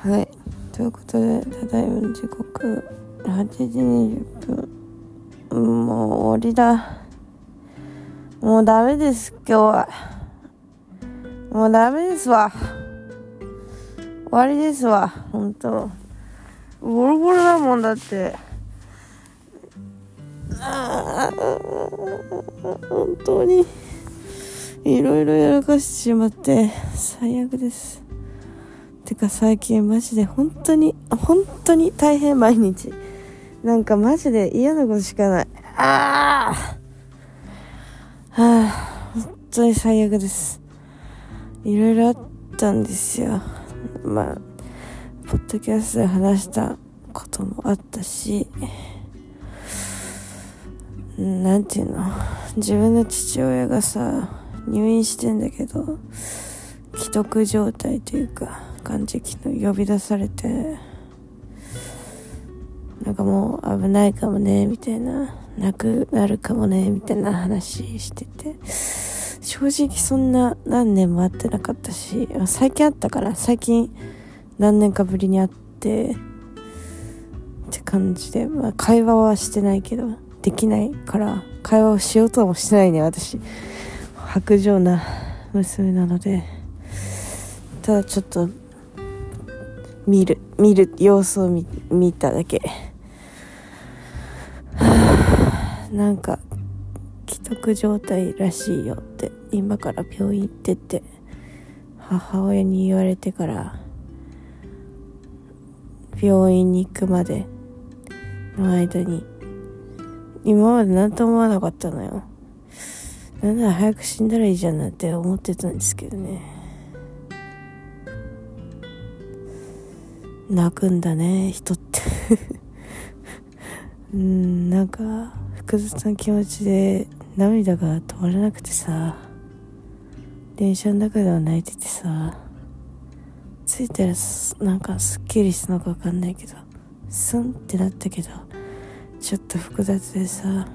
はい、ということで、ただいま時刻8時20分。もう終わりだ。もうダメです、今日は。もうダメですわ。終わりですわ、ほんと。ボロボロだもんだって。本当にいろいろやらかしてしまって最悪です。てか最近マジで本当に大変、毎日なんかマジで嫌なことしかない。本当に最悪です。いろいろあったんですよ。まあポッドキャストで話したこともあったし、なんていうの、自分の父親がさ入院してんだけど、危篤状態というか感じ、昨日呼び出されて、なんかもう危ないかもねみたいな、亡くなるかもねみたいな話してて、正直そんな何年も会ってなかったし、最近会ったから、最近何年かぶりに会ってって感じで、会話はしてないけど、できないから会話をしようともしてないね、私。薄情な娘なので。ただちょっと見る様子を 見ただけ。なんか危篤状態らしいよって今から病院行ってって母親に言われてから、病院に行くまでの間に今まで何とも思わなかったのよ。なんなら早く死んだらいいじゃんなんて思ってたんですけどね。泣くんだね、人ってなんか複雑な気持ちで涙が止まらなくてさ、電車の中では泣いててさ、着いたらなんかすっきりしたのか分かんないけど、スンってなったけどちょっと複雑でさ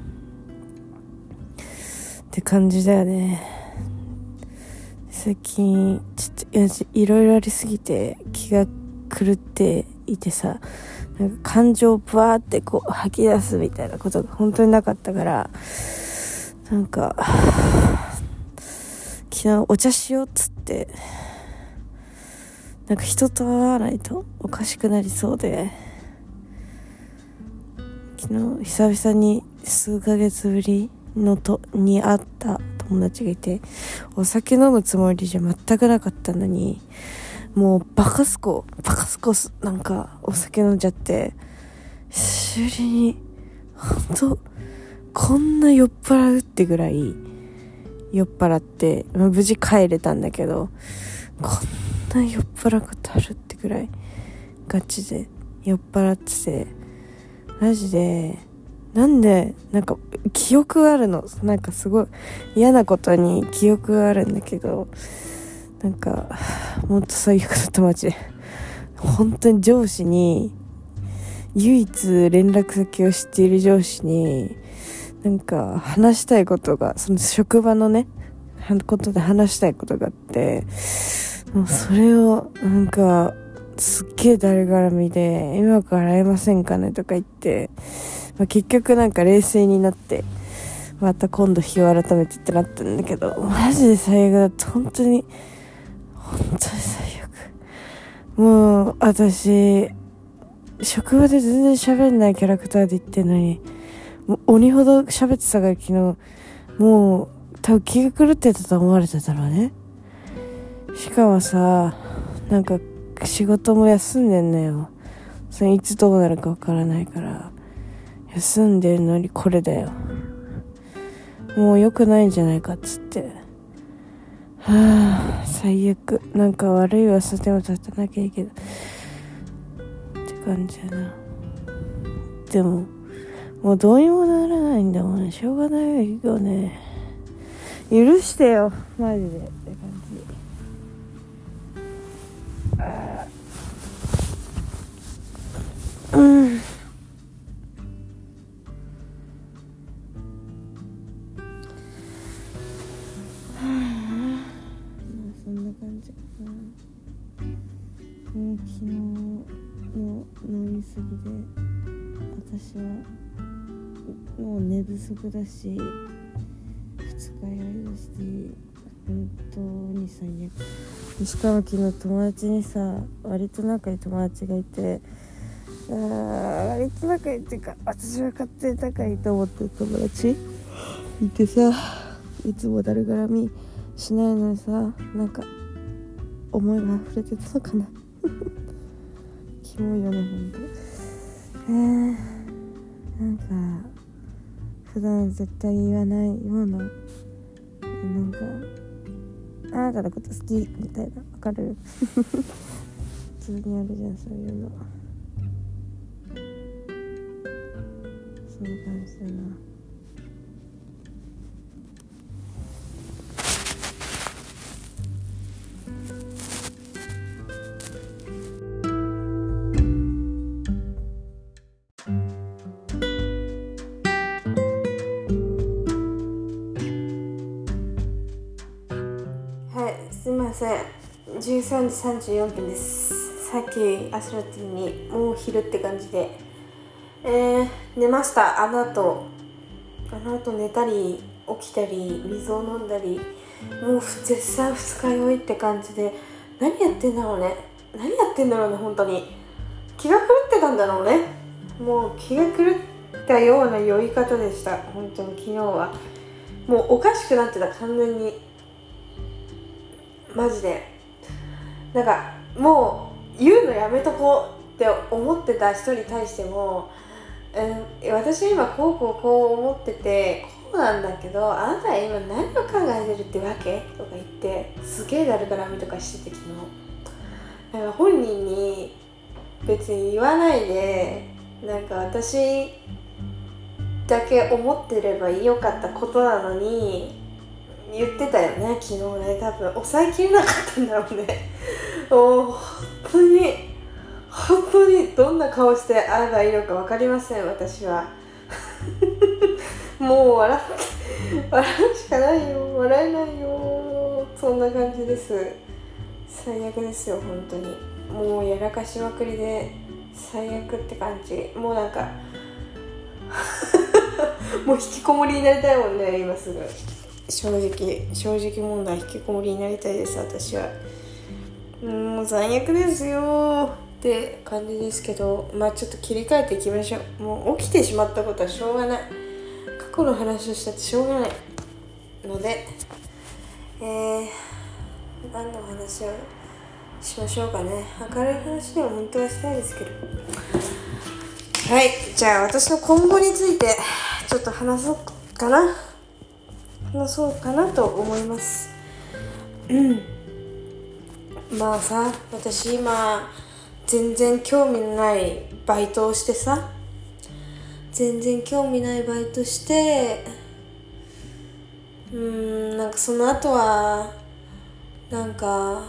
って感じだよね。最近ちょっといろいろありすぎて気が狂っていてさ、なんか感情をブワーってこう吐き出すみたいなことが本当になかったから、なんか昨日お茶しようっつって、なんか人と会わないとおかしくなりそうで、昨日久々に数ヶ月ぶりに会った友達がいて、お酒飲むつもりじゃ全くなかったのに、もうバカスコなんかお酒飲んじゃって、久しぶりに本当こんな酔っ払うってぐらい酔っ払って、無事帰れたんだけど、こんな酔っ払うことあるってぐらいガチで酔っ払ってて、マジでなんでなんか記憶があるの、なんかすごい嫌なことに記憶があるんだけど、なんかもっと最悪だった。マジで本当に上司に、唯一連絡先を知っている上司になんか話したいことが、その職場のねことで話したいことがあって、もうそれをなんかすっげえ誰絡みで、今から会えませんかねとか言って、結局なんか冷静になってまた今度日を改めてってなったんだけど、マジで最悪だった。本当に最悪。もう私職場で全然喋んないキャラクターで言ってんのに、もう鬼ほど喋ってたから昨日、もう多分気が狂ってたと思われてたのね。しかもさ、なんか仕事も休んでんのよ。それいつどうなるかわからないから休んでるのにこれだよ。もう良くないんじゃないかっつって、最悪。なんか悪い噂でも立たなきゃいいけどって感じだな。でももうどうにもならないんだもんね。しょうがないよね。許してよマジでって感じ。そんな感じかな。昨日もう寝不足だし二日酔いだし本当に最悪。しかも昨日友達にさ、割と仲いい友達がいて、割と仲いいっていうか、私は勝手に仲いいと思ってる友達いてさ、いつもだるがらみしないのにさ、なんか思いが溢れてたのかなキモいよねほんと。なんか普段絶対言わないような、なんかあなたのこと好きみたいな、わかる普通にあるじゃん、そういうの。そんな感じだな。はい、すいません。13時34分です。さっきアスラティにもう昼って感じで、寝ました。あの後寝たり起きたり水を飲んだり、もう絶賛二日酔いって感じで、何やってんだろうね本当に。気が狂ってたんだろうね。もう気が狂ったような酔い方でした。本当に昨日はもうおかしくなってた、完全に。マジでなんかもう言うのやめとこうって思ってた人に対しても、私今こう思っててこうなんだけど、あなたは今何を考えてるってわけとか言って、すげえだるがらみとかしてて、昨日なんか本人に別に言わないで、なんか私だけ思ってればよかったことなのに言ってたよね、昨日ね。多分抑えきれなかったんだろうねもう本当にどんな顔して会えばいいのか分かりません、私はもう笑うしかないよ、笑えないよ、そんな感じです。最悪ですよ本当に。もうやらかしまくりで最悪って感じ。もうなんかもう引きこもりになりたいもんね、今すぐ。正直問題、引きこもりになりたいです、私は。もう最悪ですよって感じですけど、ちょっと切り替えていきましょう。もう起きてしまったことはしょうがない、過去の話をしたってしょうがないので、何の話をしましょうかね。明るい話でも本当はしたいですけど。はい、じゃあ私の今後についてちょっと話そうかなと思います。まあさ、私今全然興味ないバイトをしてさ、なんかその後はなんか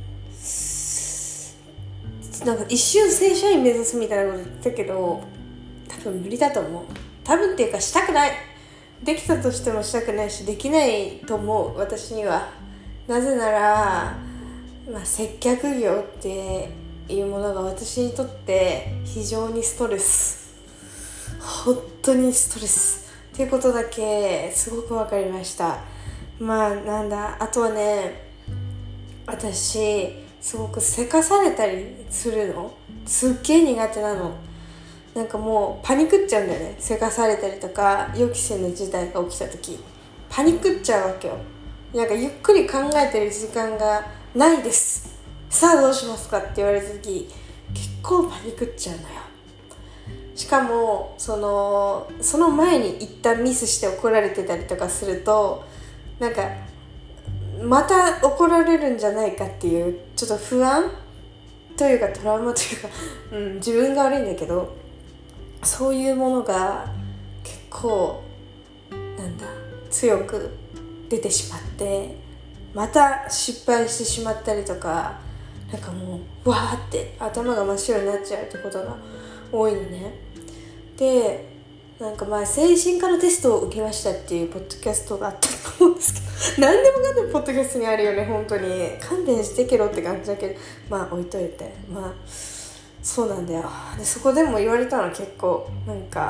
一瞬正社員目指すみたいなこと言ってたけど、多分無理だと思う。多分っていうかしたくない。できたとしてもしたくないし、できないと思う、私には。なぜなら、接客業っていうものが私にとって非常にストレス、本当にストレスっていうことだけすごく分かりました。あとはね、私すごくせかされたりするのすっげえ苦手なの。なんかもうパニクっちゃうんだよね。せかされたりとか予期せぬ事態が起きた時パニクっちゃうわけよ。なんかゆっくり考えてる時間がないです、さあどうしますかって言われた時結構パニクっちゃうのよ。しかもその前に一旦ミスして怒られてたりとかすると、なんかまた怒られるんじゃないかっていうちょっと不安というかトラウマというか、自分が悪いんだけど、そういうものが結構強く出てしまって、また失敗してしまったりとか、なんかもうわーって頭が真っ白になっちゃうってことが多いのね。で、なんか精神科のテストを受けましたっていうポッドキャストがあったと思うんですけど、何でもかんでもポッドキャストにあるよね、本当に勘弁してけろって感じだけど、置いといて、そうなんだよ。でそこでも言われたの、結構なんか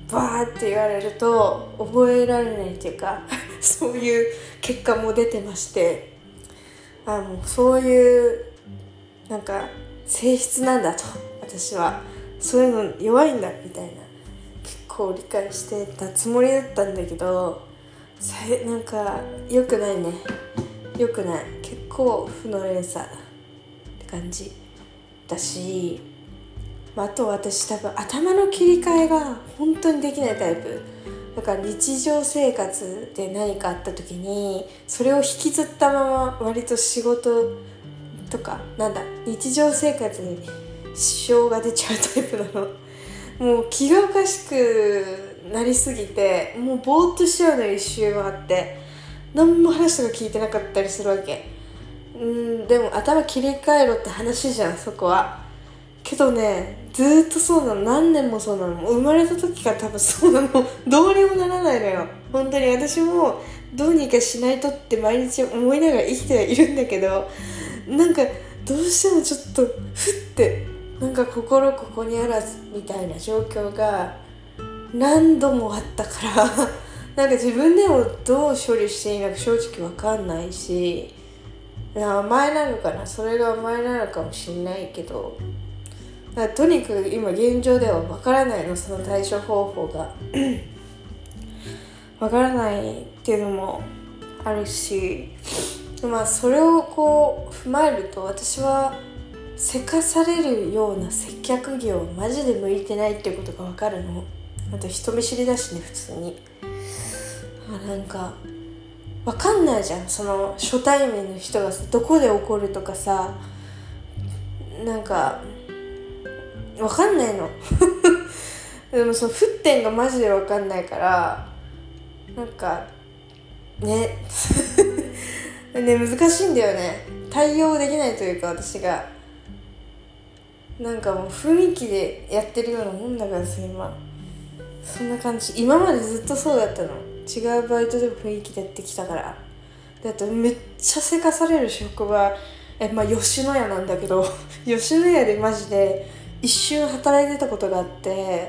バーって言われると覚えられないっていうかそういう結果も出てまして、もうそういうなんか性質なんだと、私はそういうの弱いんだみたいな結構理解してたつもりだったんだけど、なんか良くないね、良くない、結構負の連鎖って感じだし、あと私多分頭の切り替えが本当にできないタイプだから、日常生活で何かあった時にそれを引きずったまま割と仕事とか日常生活に支障が出ちゃうタイプなの。もう気がおかしくなりすぎて、もうぼーっとしちゃうの一周回って、何も話とか聞いてなかったりするわけ。でも頭切り替えろって話じゃん、そこは。けどね、ずーっとそうなの、何年もそうなの、もう生まれた時から多分そうなのどうにもならないのよ、本当に。私もどうにかしないとって毎日思いながら生きてはいるんだけど、なんかどうしてもちょっとふってなんか心ここにあらずみたいな状況が何度もあったからなんか自分でもどう処理していいのか正直分かんないし、甘えなのかな、それが甘えなのかもしれないけど、とにかく今現状では分からないの、その対処方法が分からないっていうのもあるし、それをこう踏まえると、私はせかされるような接客業マジで向いてないっていうことが分かるの。あと人見知りだしね、普通に。なんか分かんないじゃん、その初対面の人がどこで怒るとかさ、なんか分かんないのでもその沸点がマジで分かんないから、なんかねね、難しいんだよね、対応できないというか、私がなんかもう雰囲気でやってるようなもんだからさ、今そんな感じ。今までずっとそうだったの、違うバイトでも雰囲気でやってきたから。だってめっちゃせかされる職場、吉野家なんだけど吉野家でマジで一瞬働いてたことがあって、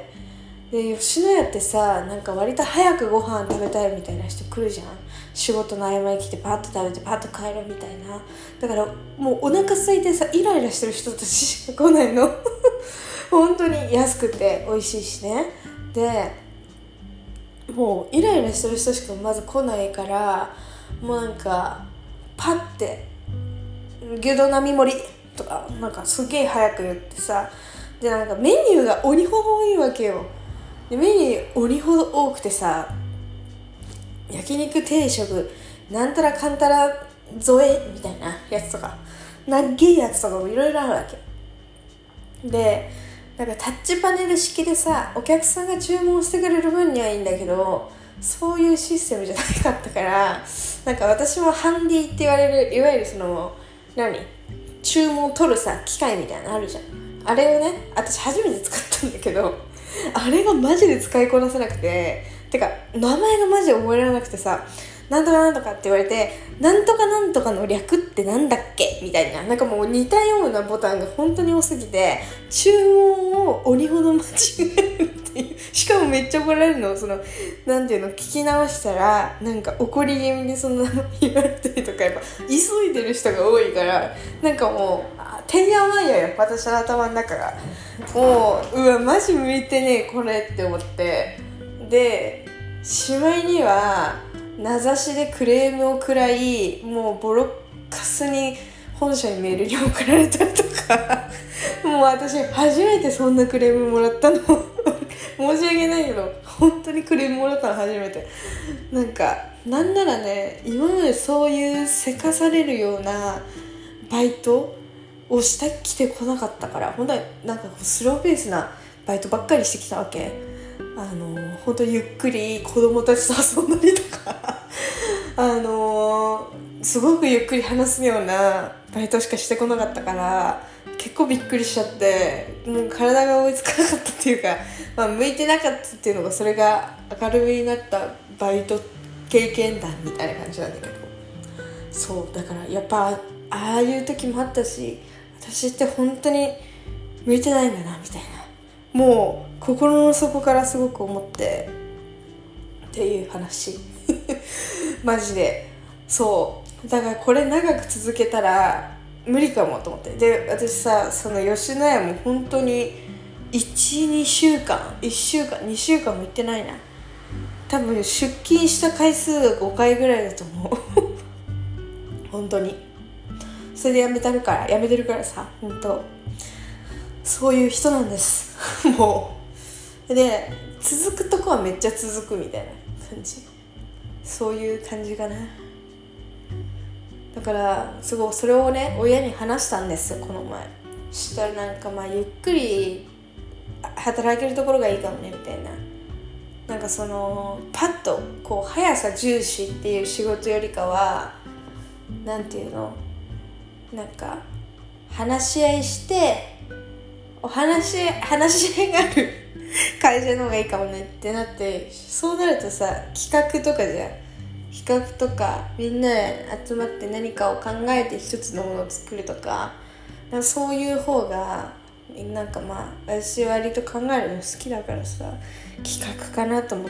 で吉野家ってさ、なんか割と早くご飯食べたいみたいな人来るじゃん、仕事の合間に来てパッと食べてパッと帰るみたいな。だからもうお腹空いてさ、イライラしてる人たちしか来ないの本当に安くて美味しいしね。でもうイライラしてる人しかまず来ないから、もうなんかパッて牛丼並盛りとかなんかすげえ早く言ってさ、でなんかメニューが鬼ほど多いわけよ。でメニュー鬼ほど多くてさ、焼肉定食なんたらかんたら添えみたいなやつとか、なっげえやつとかもいろいろあるわけで、なんかタッチパネル式でさ、お客さんが注文してくれる分にはいいんだけど、そういうシステムじゃなかったから、なんか私もハンディって言われる、いわゆるその注文取るさ機械みたいなのあるじゃん。あれをね、私初めて使ったんだけど、あれがマジで使いこなせなくて、てか名前がマジで覚えられなくてさ、なんとかなんとかって言われて、なんとかなんとかの略ってなんだっけみたいな、なんかもう似たようなボタンが本当に多すぎて、注文を鬼ほど間違えるっていう。しかもめっちゃ怒られるの、そのなんていうの、聞き直したらなんか怒り気味にそんな言われたりとか、やっぱ急いでる人が多いから、なんかもうてんやわんやよ、私の頭の中が。もうわマジ向いてねえこれって思って、でしまいには名指しでクレームを食らい、もうボロッカスに本社にメールに送られたりとかもう私初めてそんなクレームもらったの申し訳ないけど本当にクレームもらったの初めて。なんならね、今までそういうせかされるようなバイトをしてきてこなかったから、本当になんかスローペースなバイトばっかりしてきたわけ。本当にゆっくり子供たちと遊んだりとかすごくゆっくり話すようなバイトしかしてこなかったから、結構びっくりしちゃって、もう体が追いつかなかったっていうか、向いてなかったっていうのが、それが明るみになったバイト経験談みたいな感じなんだけど、そうだからやっぱああいう時もあったし、私って本当に向いてないんだなみたいな、 もう心の底からすごく思ってっていう話マジでそうだからこれ長く続けたら無理かもと思って。で私さ、その吉野家も本当に1週間2週間も行ってないな。多分出勤した回数が5回ぐらいだと思う本当に。それでやめてるからさ、本当そういう人なんですもうで続くとこはめっちゃ続くみたいな感じ、そういう感じかな。だからすごいそれをね親に話したんですよこの前。したらなんかゆっくり働けるところがいいかもねみたいな。なんかそのパッとこう速さ重視っていう仕事よりかはなんていうの、なんか話し合いして話し合いがある会社の方がいいかもねってなって、そうなるとさ企画とかみんなで集まって何かを考えて一つのものを作るとか、なんかそういう方がなんか私割と考えるの好きだからさ、企画かなと思って、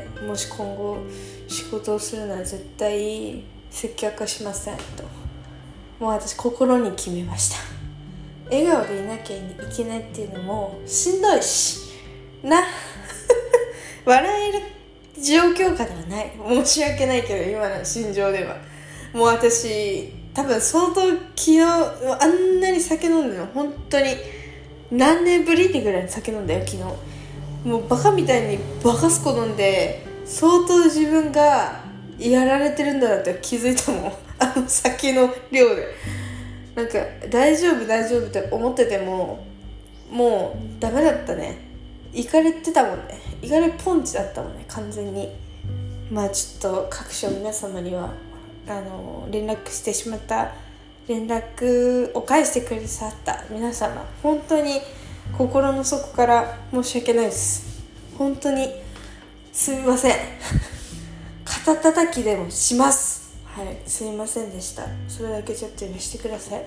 もし今後仕事をするなら絶対接客はしませんともう私心に決めました。笑顔でいなきゃいけないっていうのもしんどいしな笑える状況下ではない、申し訳ないけど今の心情ではもう私多分相当昨日あんなに酒飲んでるの本当に何年ぶりってぐらい酒飲んだよ昨日。もうバカみたいにバカスコ飲んで相当自分がやられてるんだなって気づいたもんあの酒の量で。なんか大丈夫って思っててももうダメだったね。イカれてたもんね。イカれポンチだったもんね完全に。ちょっと各所皆様には連絡してしまった連絡を返してくださった皆様本当に心の底から申し訳ないです。本当にすみません肩叩きでもします。はい、すみませんでした。それだけちょっと許してください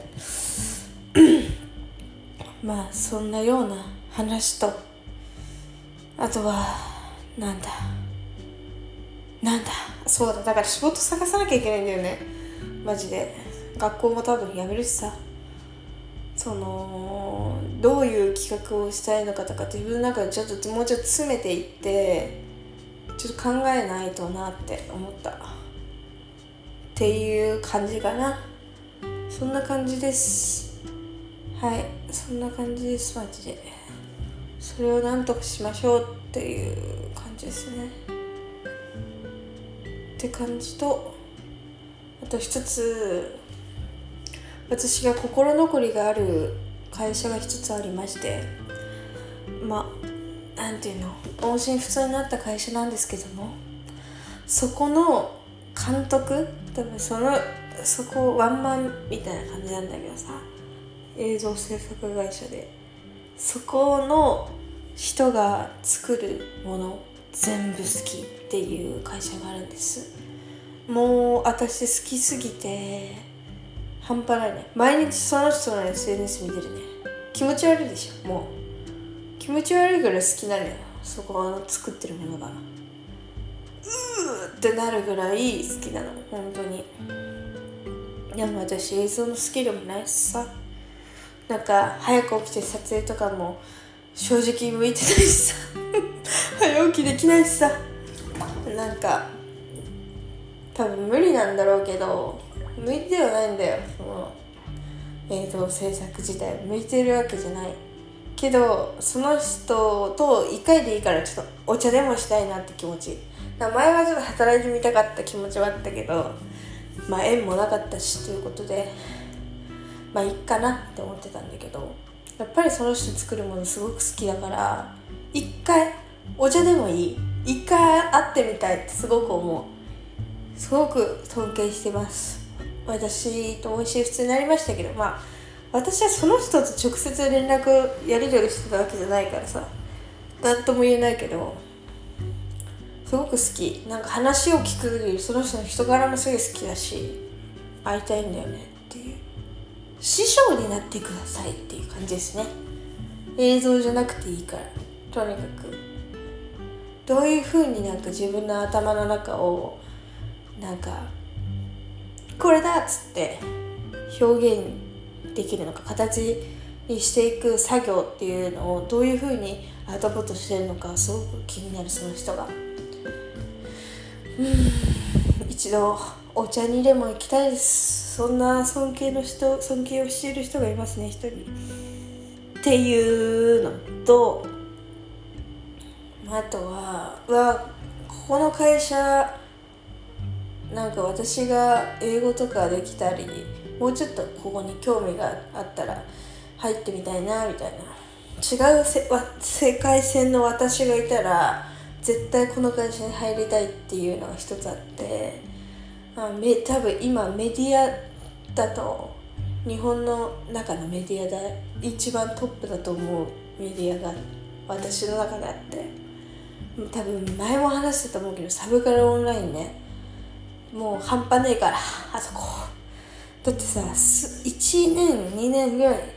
そんなような話と、あとはなんだそうだから仕事探さなきゃいけないんだよねマジで。学校も多分辞めるしさ、どういう企画をしたいのかとか自分の中でもうちょっと詰めていってちょっと考えないとなって思ったっていう感じかな。そんな感じです。はい、そんな感じですマジで。それをなんとかしましょうっていう感じですね。って感じと、あと一つ私が心残りがある会社が一つありまして、なんていうの、音信不通になった会社なんですけども、そこの監督、多分そこワンマンみたいな感じなんだけどさ、映像制作会社でそこの人が作るもの全部好きっていう会社があるんです。もう私好きすぎて半端ないね。毎日その人の SNS 見てるね。気持ち悪いでしょ。もう気持ち悪いぐらい好きなのよ、そこ作ってるものが。ってなるぐらい好きなの本当に。でも私映像のスキルもないしさ、なんか早く起きて撮影とかも正直向いてないしさ早起きできないしさ、なんか多分無理なんだろうけど向いてはないんだよ。その映像制作自体向いてるわけじゃないけど、その人と1回でいいからちょっとお茶でもしたいなって気持ち。前はちょっと働いてみたかった気持ちはあったけど、縁もなかったしということでいいかなって思ってたんだけど、やっぱりその人作るものすごく好きだから1回お茶でもいい、1回会ってみたいってすごく思う。すごく尊敬してます。私と音信不通になりましたけど、私はその人と直接連絡やり取りしてたわけじゃないからさ何とも言えないけど、すごく好き。なんか話を聞くよりその人の人柄もすごい好きだし会いたいんだよねっていう、師匠になってくださいっていう感じですね。映像じゃなくていいからとにかくどういう風になんか自分の頭の中をなんかこれだっつって表現できるのか、形にしていく作業っていうのをどういう風にアウトプットしてるのかすごく気になる、その人が。一度お茶にでも行きたいです。そんな尊敬をしている人がいますね、一人っていうのと、あとはここの会社なんか私が英語とかできたり、もうちょっとここに興味があったら入ってみたいなみたいな、違う世界線の私がいたら絶対この会社に入りたいっていうのが一つあって、多分今メディアだと日本の中のメディアで一番トップだと思うメディアが私の中であって、多分前も話したと思うけど、サブカルオンラインね、もう半端ねえから、あそこだってさ、1年2年ぐらい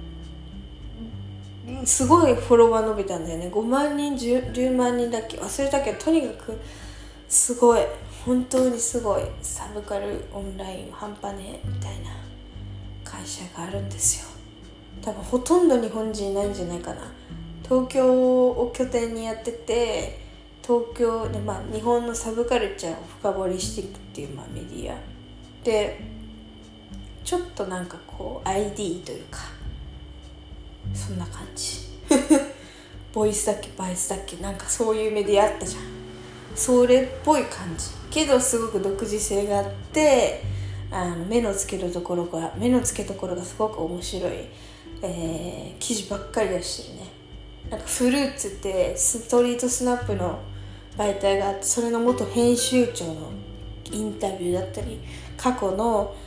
すごいフォロワー伸びたんだよね。5万人 10万人だっけ忘れたけど、とにかくすごい、本当にすごいサブカルオンライン半端ねえみたいな会社があるんですよ。多分ほとんど日本人いないんじゃないかな。東京を拠点にやってて、東京で、日本のサブカルチャーを深掘りしていくっていう、メディアで、ちょっとなんかこう ID というかそんな感じボイスだっけバイスだっけ、なんかそういうメディアあったじゃん。それっぽい感じけどすごく独自性があって、目の付けどころがすごく面白い、記事ばっかり出してるね。なんかフルーツってストリートスナップの媒体があって、それの元編集長のインタビューだったり、過去の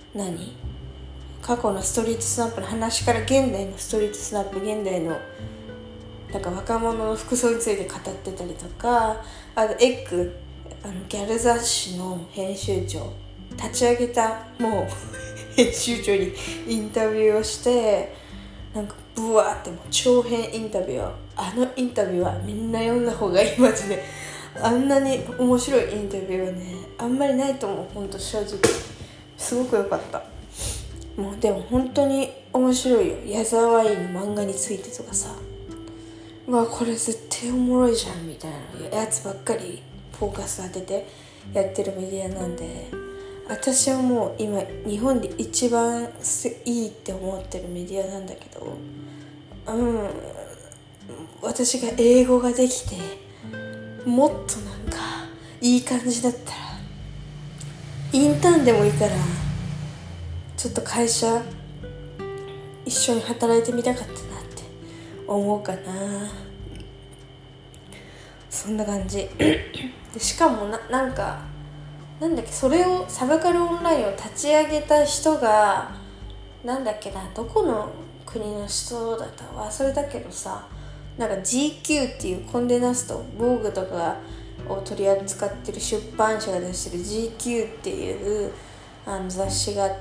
ストリートスナップの話から現代のストリートスナップ、現代のなんか若者の服装について語ってたりとか、あとエッグ、ギャル雑誌の編集長、立ち上げたもう編集長にインタビューをして、なんかブワーってもう長編インタビューを、インタビューはみんな読んだ方がいい。マジであんなに面白いインタビューはね、あんまりないと思う。ほんと正直すごく良かった。もうでも本当に面白いよ。矢沢愛の漫画についてとかさ、これ絶対おもろいじゃんみたいなやつばっかりフォーカス当ててやってるメディアなんで、私はもう今日本で一番いいって思ってるメディアなんだけど、私が英語ができてもっとなんかいい感じだったら、インターンでもいいからちょっと会社一緒に働いてみたかったなって思うかな。そんな感じで、しかもなんだっけ、それをサブカルオンラインを立ち上げた人がなんだっけな、どこの国の人だったか忘れたけどさ、なんか GQ っていうコンデナスト、防具とかを取り扱ってる出版社が出してる GQ っていう雑誌があって、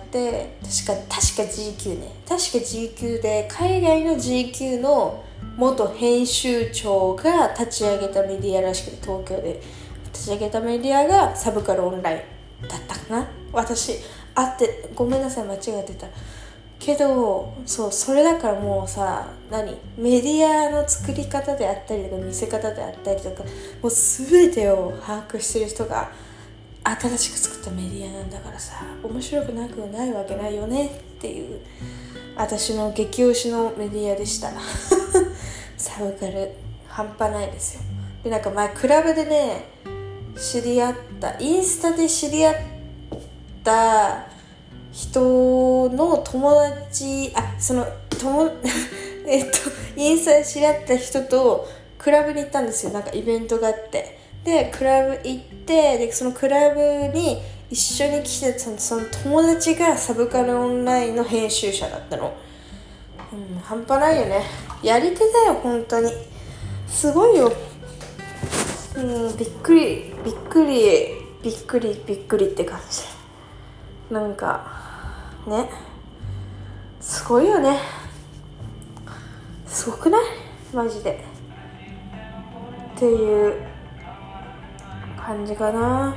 確か GQ ね、確か GQ で、海外の GQ の元編集長が立ち上げたメディアらしくて、東京で立ち上げたメディアがサブカルオンラインだったかな。私ごめんなさい、間違ってたけど、それだからもうさ、メディアの作り方であったりとか見せ方であったりとか、もう全てを把握してる人が新しく作ったメディアなんだからさ、面白くなくないわけないよねっていう、私の激推しのメディアでしたサブカル半端ないですよ。で、なんか前クラブでねインスタで知り合った人の友達、インスタで知り合った人とクラブに行ったんですよ。なんかイベントがあって、でクラブ行って、でそのクラブに一緒に来てたその友達がサブカルオンラインの編集者だったの。半端ないよね。やり手だよ本当に。すごいよ。びっくりって感じ。なんかね、すごいよね。すごくない？マジで。 っていう感じかな。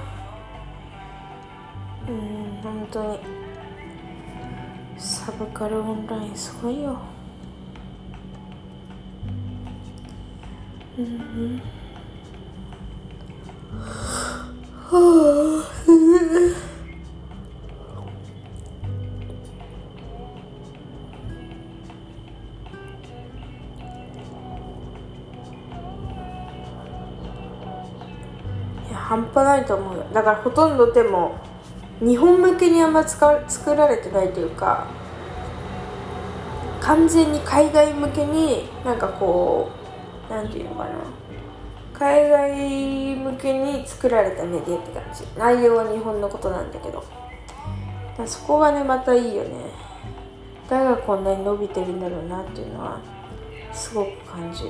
本当にサブカルオンラインすごいよ。いや半端ないと思うよ。だからほとんどでも日本向けにあんま作られてないというか、完全に海外向けになんかこうなんていうのかな、海外向けに作られたメディアって感じ。内容は日本のことなんだけど、そこがねまたいいよね。だからこんなに伸びてるんだろうなっていうのはすごく感じる。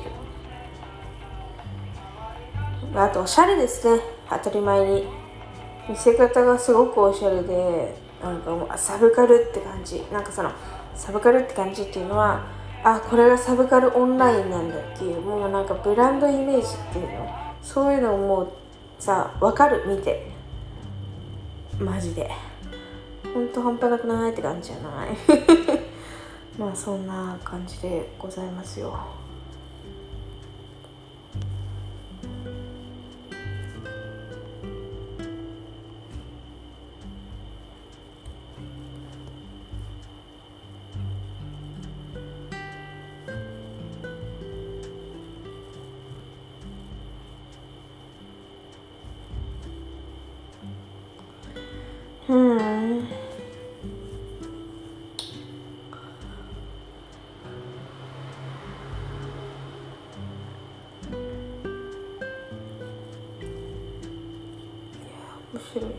あとおしゃれですね。当たり前に見せ方がすごくおしゃれで、なんかもうサブカルって感じ。なんかそのサブカルって感じっていうのは、これがサブカルオンラインなんだっていう、もうなんかブランドイメージっていうの、そういうのをもうさ分かる。見てマジでほんと半端なくないって感じじゃないまあそんな感じでございますよ。面白いね。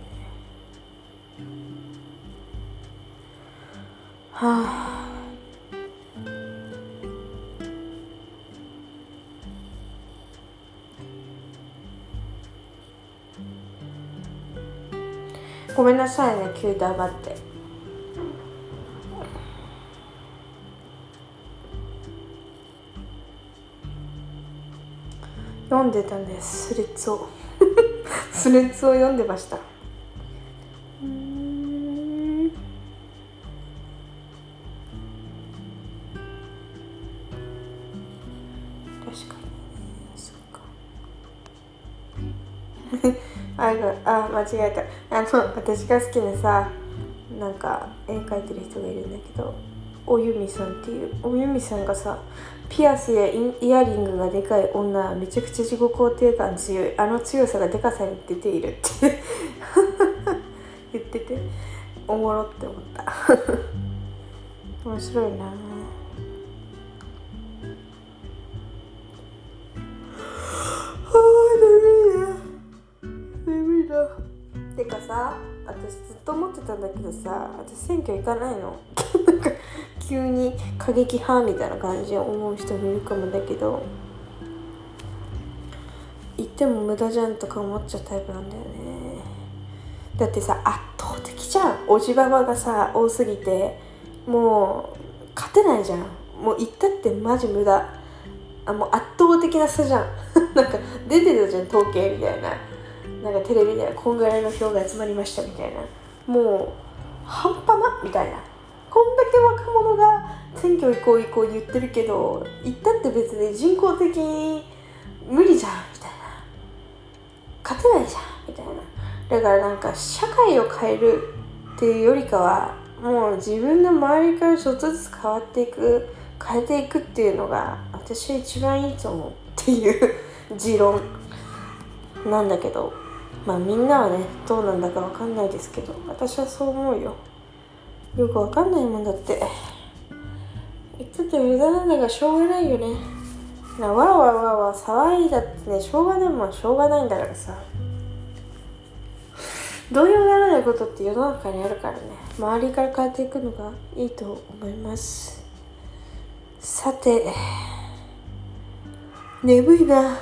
ごめんなさいね、急に黙って。読んでたんです、スレッズをスレッズを読んでました。確かにそっか間違えた。私が好きなさ、なんか絵描いてる人がいるんだけど、おゆみさんっていう、おゆみさんがさ、ピアスやイヤリングがでかい女はめちゃくちゃ自己肯定感強い、あの強さがでかさに出ているって言ってて、おもろって思った面白いな。眠いな。てかさ、私ずっと思ってたんだけどさ、私選挙行かないのなんか急に過激派みたいな感じで思う人もいるかもだけど、行っても無駄じゃんとか思っちゃうタイプなんだよね。だってさ、圧倒的じゃん。おじばばがさ多すぎて、もう勝てないじゃん。もう行ったってマジ無駄。もう圧倒的な差じゃんなんか出てるじゃん、統計みたいな。なんかテレビでこんぐらいの票が集まりましたみたいな、もう半端なみたいな。こんだけ若者が選挙行こう行こう言ってるけど、行ったって別に人口的に無理じゃんみたいな、勝てないじゃんみたいな。だからなんか社会を変えるっていうよりかは、もう自分の周りからちょっとずつ変えていくっていうのが私は一番いいと思うっていう持論なんだけど、まあみんなはねどうなんだか分かんないですけど、私はそう思うよ。よく分かんないもんだって。言ってて無駄なんだからしょうがないよね。わーわーわーわー騒いだってね、しょうがないもんはしょうがないんだからさ。どうにもならないことって世の中にあるからね、周りから変えていくのがいいと思います。さて、眠いな。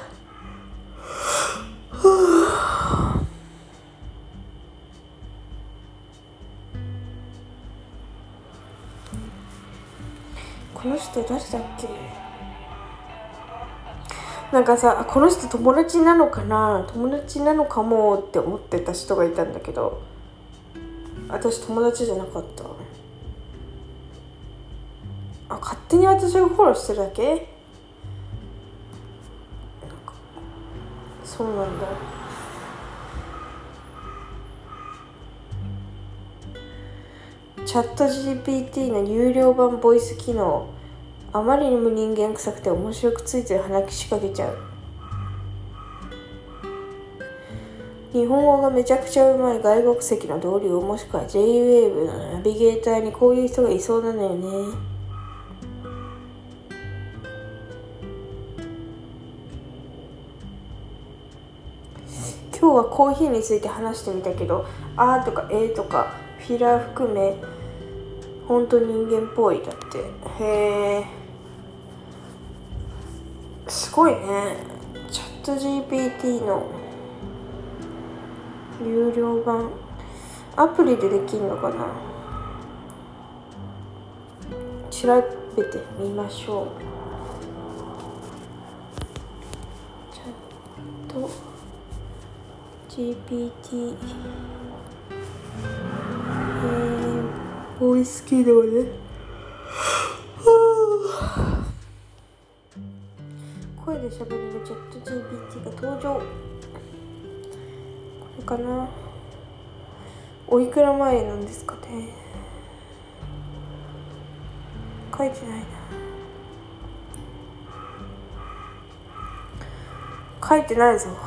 この人誰だっけ。 なんかさ、この人友達なのかな、友達なのかもって思ってた人がいたんだけど、私友達じゃなかった。勝手に私がフォローしてるだけ。なんかそうなんだ。チャット GPT の有料版ボイス機能、あまりにも人間臭くて面白くついて話しかけちゃう。日本語がめちゃくちゃうまい外国籍の同僚、もしくは J-WAVE のナビゲーターにこういう人がいそうなのよね。今日はコーヒーについて話してみたけど、あーとかえーとかフィラー含め本当人間っぽいだって。へー、すごいね。チャット GPT の有料版、アプリでできるのかな。調べてみましょう。チャット GPT、ボイス機能ね。声で喋れるチャット GPT が登場。これかな。おいくら前なんですかね。書いてないな。書いてないぞ。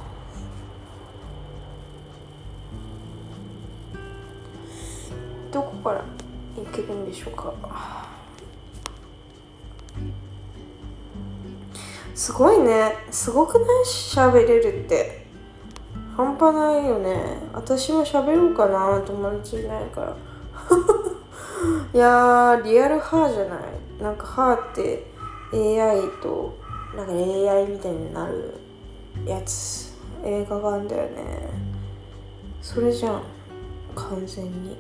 どこから行けるんでしょうか。すごいね。すごくない？喋れるって半端ないよね。私も喋ろうかな、友達いないからいやー、リアルハーじゃない。なんかハーって AI となんか AI みたいになるやつ、映画があるんだよね。それじゃん、完全に。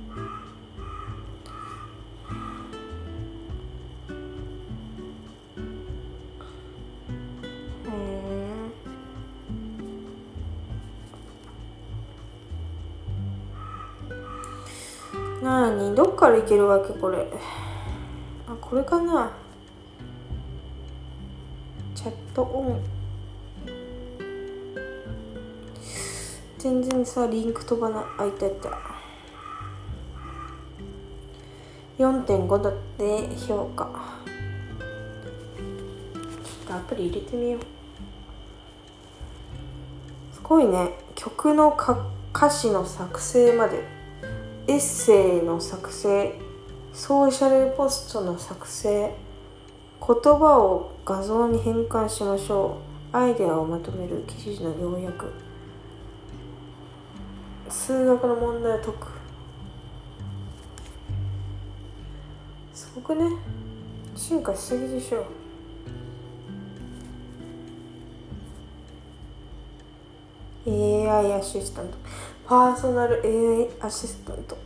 なに、どっから行けるわけこれ。これかな。チャットオン。全然さ、リンク飛ばない。いたいた。4.5 だって評価。ちょっとアプリ入れてみよう。すごいね。曲の歌詞の作成まで、エッセイの作成、ソーシャルポストの作成、言葉を画像に変換しましょう、アイデアをまとめる、記事の要約、数学の問題を解く。すごくね。進化しすぎでしょ。AI アシスタント、パーソナル AI アシスタント。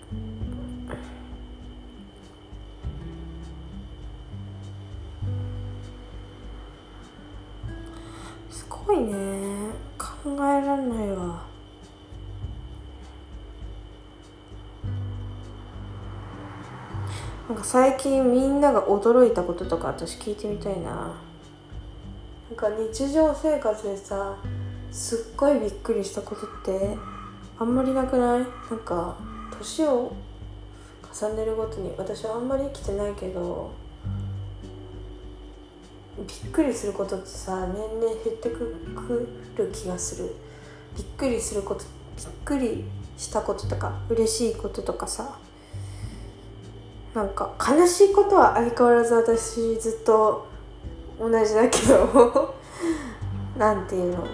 すごいね。考えられないわ。なんか最近みんなが驚いたこととか私聞いてみたいな。なんか日常生活でさ、すっごいびっくりしたことってあんまりなくない？なんか年を重ねるごとに、私はあんまり生きてないけど、びっくりすることってさ、年々減ってくる気がする。びっくりすること、びっくりしたこととか嬉しいこととかさ、なんか悲しいことは相変わらず私ずっと同じだけどなんていうの、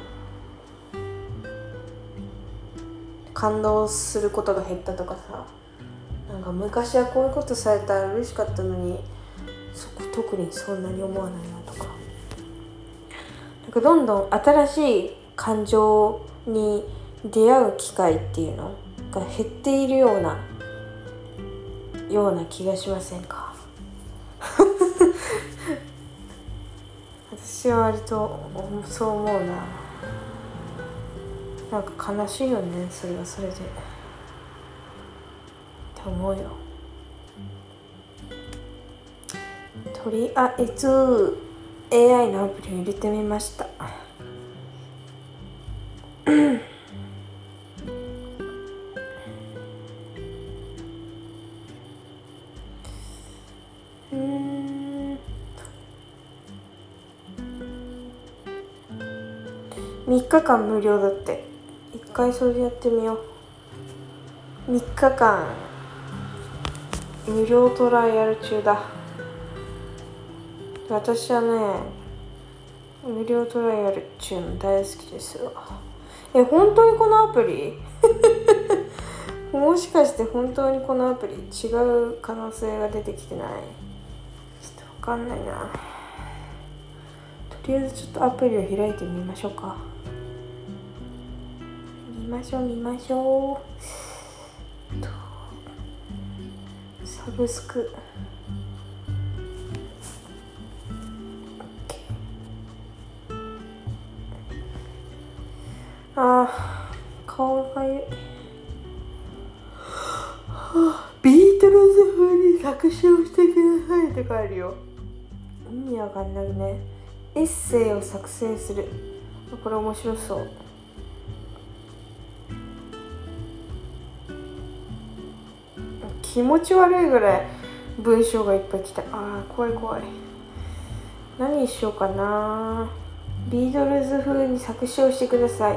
感動することが減ったとかさ、なんか昔はこういうことされたら嬉しかったのに、特にそんなに思わないなとか、なんかどんどん新しい感情に出会う機会っていうのが減っているような気がしませんか私は割とそう思うな。なんか悲しいよね、それはそれでって思うよ。とりあえず AI のアプリを入れてみました3日間無料だって。一回それでやってみよう。3日間無料トライアル中だ。私はね、無料トライアル中の大好きですよ。本当にこのアプリもしかして本当にこのアプリ違う可能性が出てきてない？ちょっとわかんないな。とりあえずちょっとアプリを開いてみましょうか。見ましょう。サブスク。顔がゆい。ビートルズ風に作詞をしてくださいって書いてあるよ。意味わかんなくね。エッセイを作成する。これ面白そう。気持ち悪いぐらい文章がいっぱい来た。怖い。何しようかな。ビートルズ風に作詞をしてください。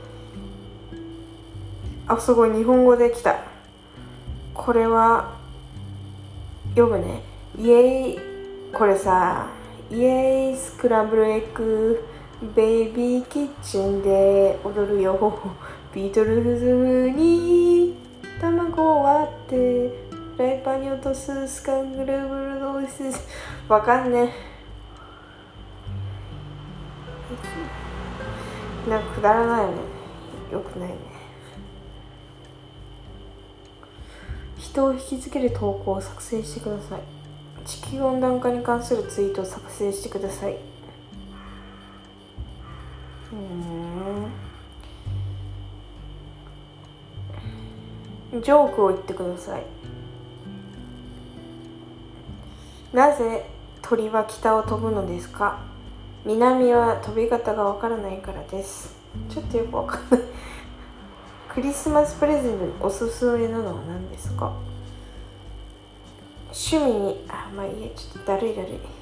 すごい、日本語で来た。これは読むね。イエイ、これさ、イエイスクランブルエッグベイビーキッチンで踊るよ。ビートルズ風に卵を割ってフライパンに落とすスカングルブルドース。わかんねえ。なんかくだらないよね。よくないね。人を引きつける投稿を作成してください。地球温暖化に関するツイートを作成してください。ジョークを言ってください。なぜ鳥は北を飛ぶのですか？南は飛び方がわからないからです。ちょっとよくわかんない。クリスマスプレゼントにおすすめなのは何ですか？趣味に、まあいいや、ちょっとだるい。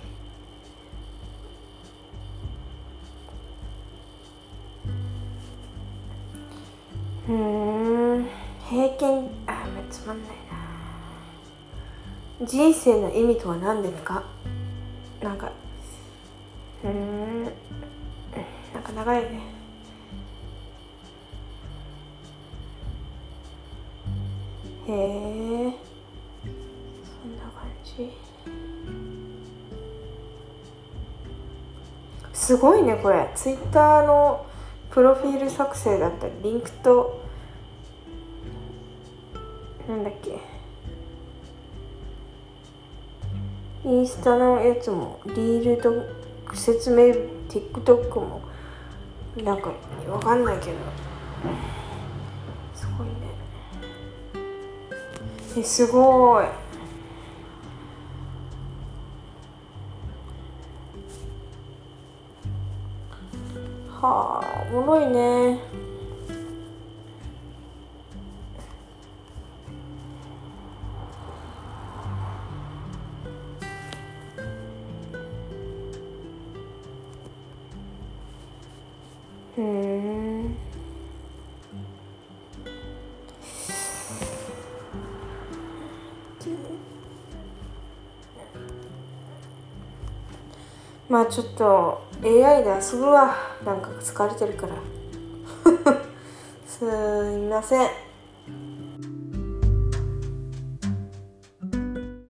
平均、つまんないな。人生の意味とは何ですか？なんか長いね。へえ、そんな感じ。すごいね、これ。ツイッターのプロフィール作成だったり、リンクとなんだっけ、インスタのやつもリールと説明、TikTok もなんかわかんないけどすごいね。すごい。おもろいね。まあちょっと AI で遊ぶわ。なんか疲れてるからすいません。